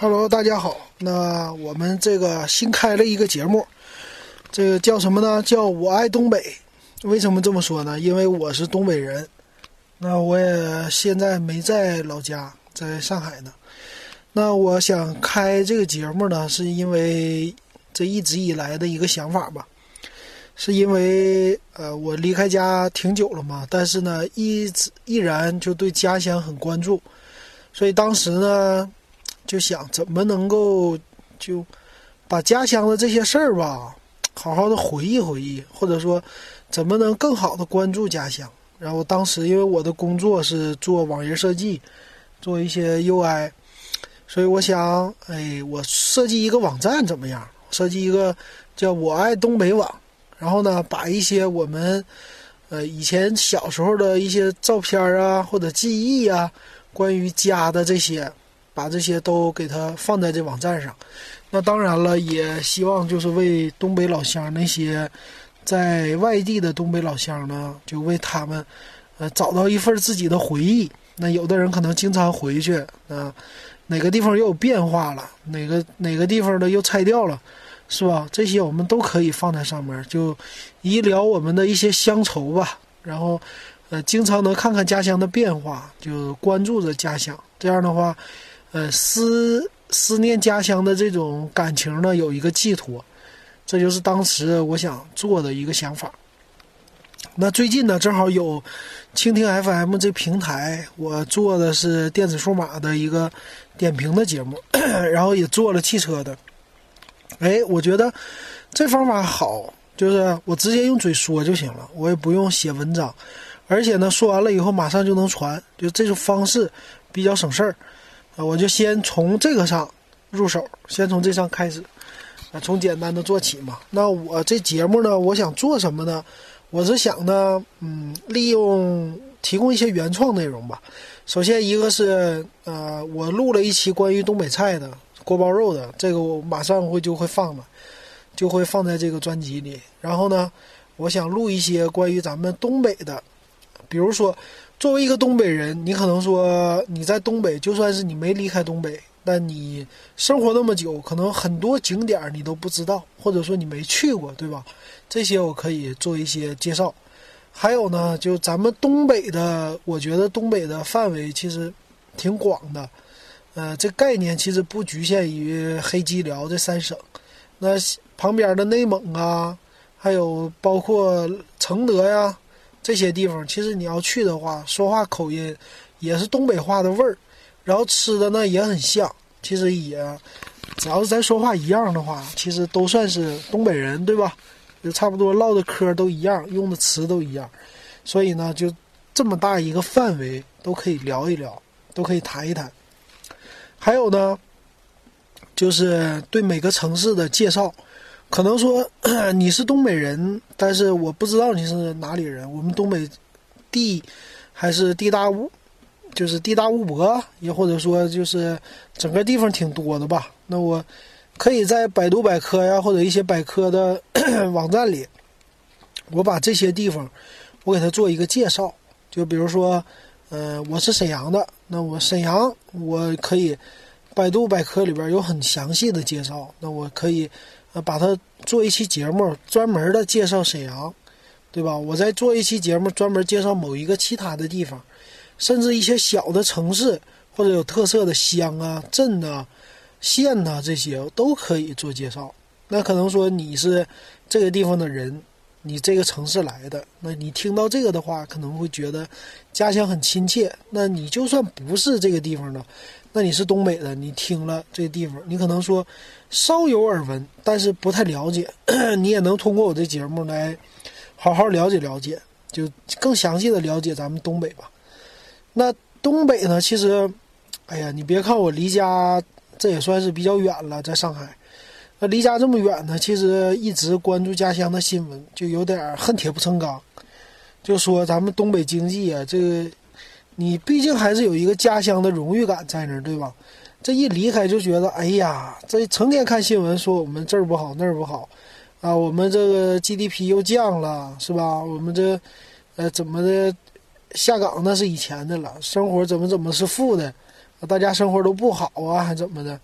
Hello，大家好。那我们这个新开了一个节目，这个叫什么呢？叫我爱东北。为什么这么说呢？因为我是东北人，那我也现在没在老家，在上海呢。那我想开这个节目呢，是因为这一直以来的一个想法吧。是因为我离开家挺久了嘛，但是呢，依然就对家乡很关注，所以当时呢。就想怎么能够就把家乡的这些事儿吧，好好的回忆回忆，或者说怎么能更好的关注家乡。然后当时因为我的工作是做网页设计，做一些 UI， 所以我想，我设计一个网站怎么样？设计一个叫我爱东北网，然后呢，把一些我们以前小时候的一些照片啊或者记忆啊，关于家的这些。把这些都给它放在这网站上，那当然了，也希望就是为东北老乡那些在外地的东北老乡呢，就为他们找到一份自己的回忆。那有的人可能经常回去，哪个地方又有变化了，哪个地方的又拆掉了，是吧？这些我们都可以放在上面，就以聊我们的一些乡愁吧。然后经常能看看家乡的变化，就关注着家乡。这样的话。思念家乡的这种感情呢，有一个寄托，这就是当时我想做的一个想法。那最近呢，正好有蜻蜓 FM 这平台，我做的是电子数码的一个点评的节目，然后也做了汽车的。我觉得这方法好，就是我直接用嘴说就行了，我也不用写文章，而且呢，说完了以后马上就能传，就这种方式比较省事儿。我就先从这个上入手，先从这上开始，从简单的做起嘛。那我这节目呢，我想做什么呢？我是想呢，提供一些原创内容吧。首先一个是我录了一期关于东北菜的锅包肉的，这个我马上就会放在这个专辑里。然后呢，我想录一些关于咱们东北的，比如说。作为一个东北人，你可能说你在东北，就算是你没离开东北，但你生活那么久，可能很多景点你都不知道，或者说你没去过，对吧？这些我可以做一些介绍。还有呢，就咱们东北的，我觉得东北的范围其实挺广的，这概念其实不局限于黑吉辽这3省，那旁边的内蒙啊，还有包括承德呀。这些地方其实你要去的话，说话口音也是东北话的味儿，然后吃的呢也很像，其实只要是咱说话一样的话，其实都算是东北人，对吧？就差不多唠的嗑都一样，用的词都一样，所以呢，就这么大一个范围都可以聊一聊，都可以谈一谈。还有呢，就是对每个城市的介绍。可能说你是东北人，但是我不知道你是哪里人。我们东北地还是地大物博，也或者说就是整个地方挺多的吧。那我可以在百度百科呀，或者一些百科的网站里，我把这些地方我给它做一个介绍。就比如说，我是沈阳的，那我沈阳我可以百度百科里边有很详细的介绍，那我可以。把它做一期节目专门的介绍沈阳，对吧？我再做一期节目专门介绍某一个其他的地方，甚至一些小的城市或者有特色的乡啊、镇啊、县啊，这些都可以做介绍。那可能说你是这个地方的人，你这个城市来的，那你听到这个的话，可能会觉得家乡很亲切。那你就算不是这个地方的，那你是东北的，你听了这个地方，你可能说稍有耳闻，但是不太了解，你也能通过我这节目来好好了解了解，就更详细的了解咱们东北吧。那东北呢，其实你别看我离家这也算是比较远了，在上海，那离家这么远呢，其实一直关注家乡的新闻，就有点恨铁不成钢。就说咱们东北经济啊，这个你毕竟还是有一个家乡的荣誉感在那儿，对吧？这一离开就觉得，这成天看新闻说我们这儿不好那儿不好，我们这个 GDP 又降了，是吧？我们这怎么的下岗那是以前的了，生活怎么是负的，大家生活都不好啊，还怎么的？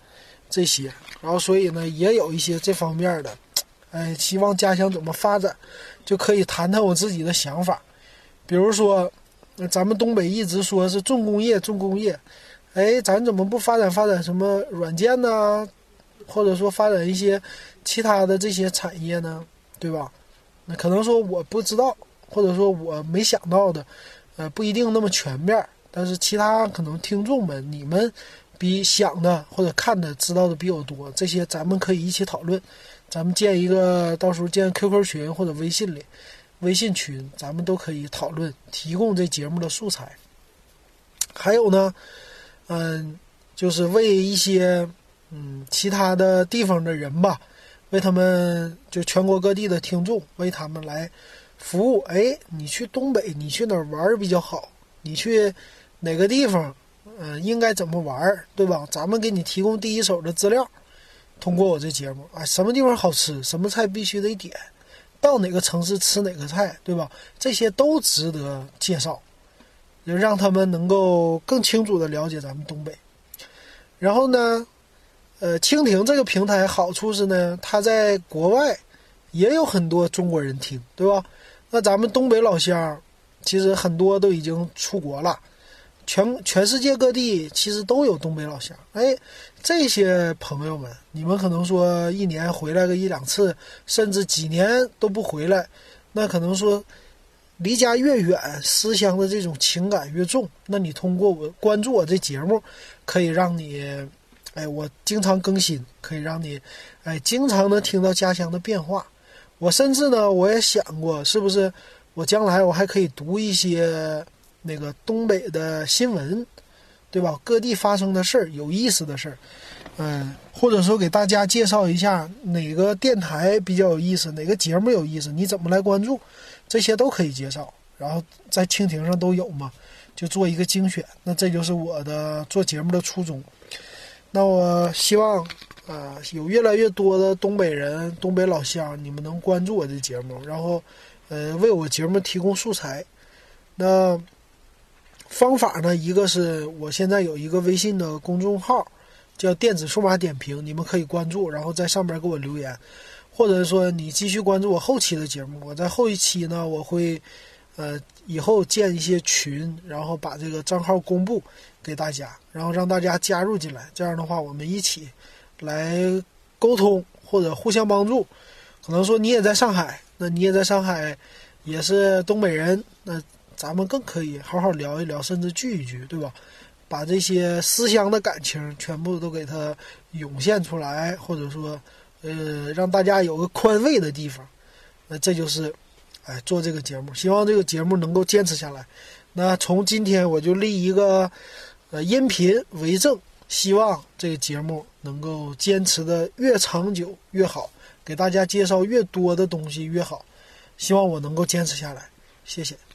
这些，然后所以呢也有一些这方面的，希望家乡怎么发展，就可以谈谈我自己的想法。比如说，咱们东北一直说是重工业，重工业，咱怎么不发展什么软件呢？或者说发展一些其他的这些产业呢？对吧？那可能说我不知道，或者说我没想到的，不一定那么全面，但是其他可能听众们你们比想的或者看的知道的比我多，这些咱们可以一起讨论。咱们到时候建 QQ 群或者微信群，咱们都可以讨论，提供这节目的素材。还有呢，就是为一些其他的地方的人吧，为他们就全国各地的听众，为他们来服务。你去东北，你去哪儿玩比较好？你去哪个地方，应该怎么玩，对吧？咱们给你提供第一手的资料。通过我这节目，什么地方好吃，什么菜必须得点，到哪个城市吃哪个菜，对吧？这些都值得介绍，就让他们能够更清楚的了解咱们东北。然后呢，蜻蜓这个平台好处是呢，它在国外也有很多中国人听，对吧？那咱们东北老乡其实很多都已经出国了，全世界各地其实都有东北老乡。这些朋友们，你们可能说一年回来个一两次，甚至几年都不回来，那可能说离家越远，思乡的这种情感越重。那你通过我关注我这节目，可以让你我经常更新，可以让你经常的听到家乡的变化。我甚至呢，我也想过，是不是我将来我还可以读一些那个东北的新闻，对吧？各地发生的事儿，有意思的事儿，或者说给大家介绍一下哪个电台比较有意思，哪个节目有意思，你怎么来关注，这些都可以介绍。然后在蜻蜓上都有嘛，就做一个精选。那这就是我的做节目的初衷。那我希望有越来越多的东北人、东北老乡，你们能关注我的节目，然后为我节目提供素材。那方法呢，一个是我现在有一个微信的公众号叫电子数码点评，你们可以关注，然后在上面给我留言，或者说你继续关注我后期的节目。我在后一期呢，我会以后建一些群，然后把这个账号公布给大家，然后让大家加入进来，这样的话我们一起来沟通或者互相帮助。可能说你也在上海，那你也在上海，也是东北人，那咱们更可以好好聊一聊，甚至聚一聚，对吧？把这些思乡的感情全部都给它涌现出来，或者说让大家有个宽慰的地方。那这就是做这个节目，希望这个节目能够坚持下来。那从今天我就立一个音频为证，希望这个节目能够坚持的越长久越好，给大家介绍越多的东西越好，希望我能够坚持下来。谢谢。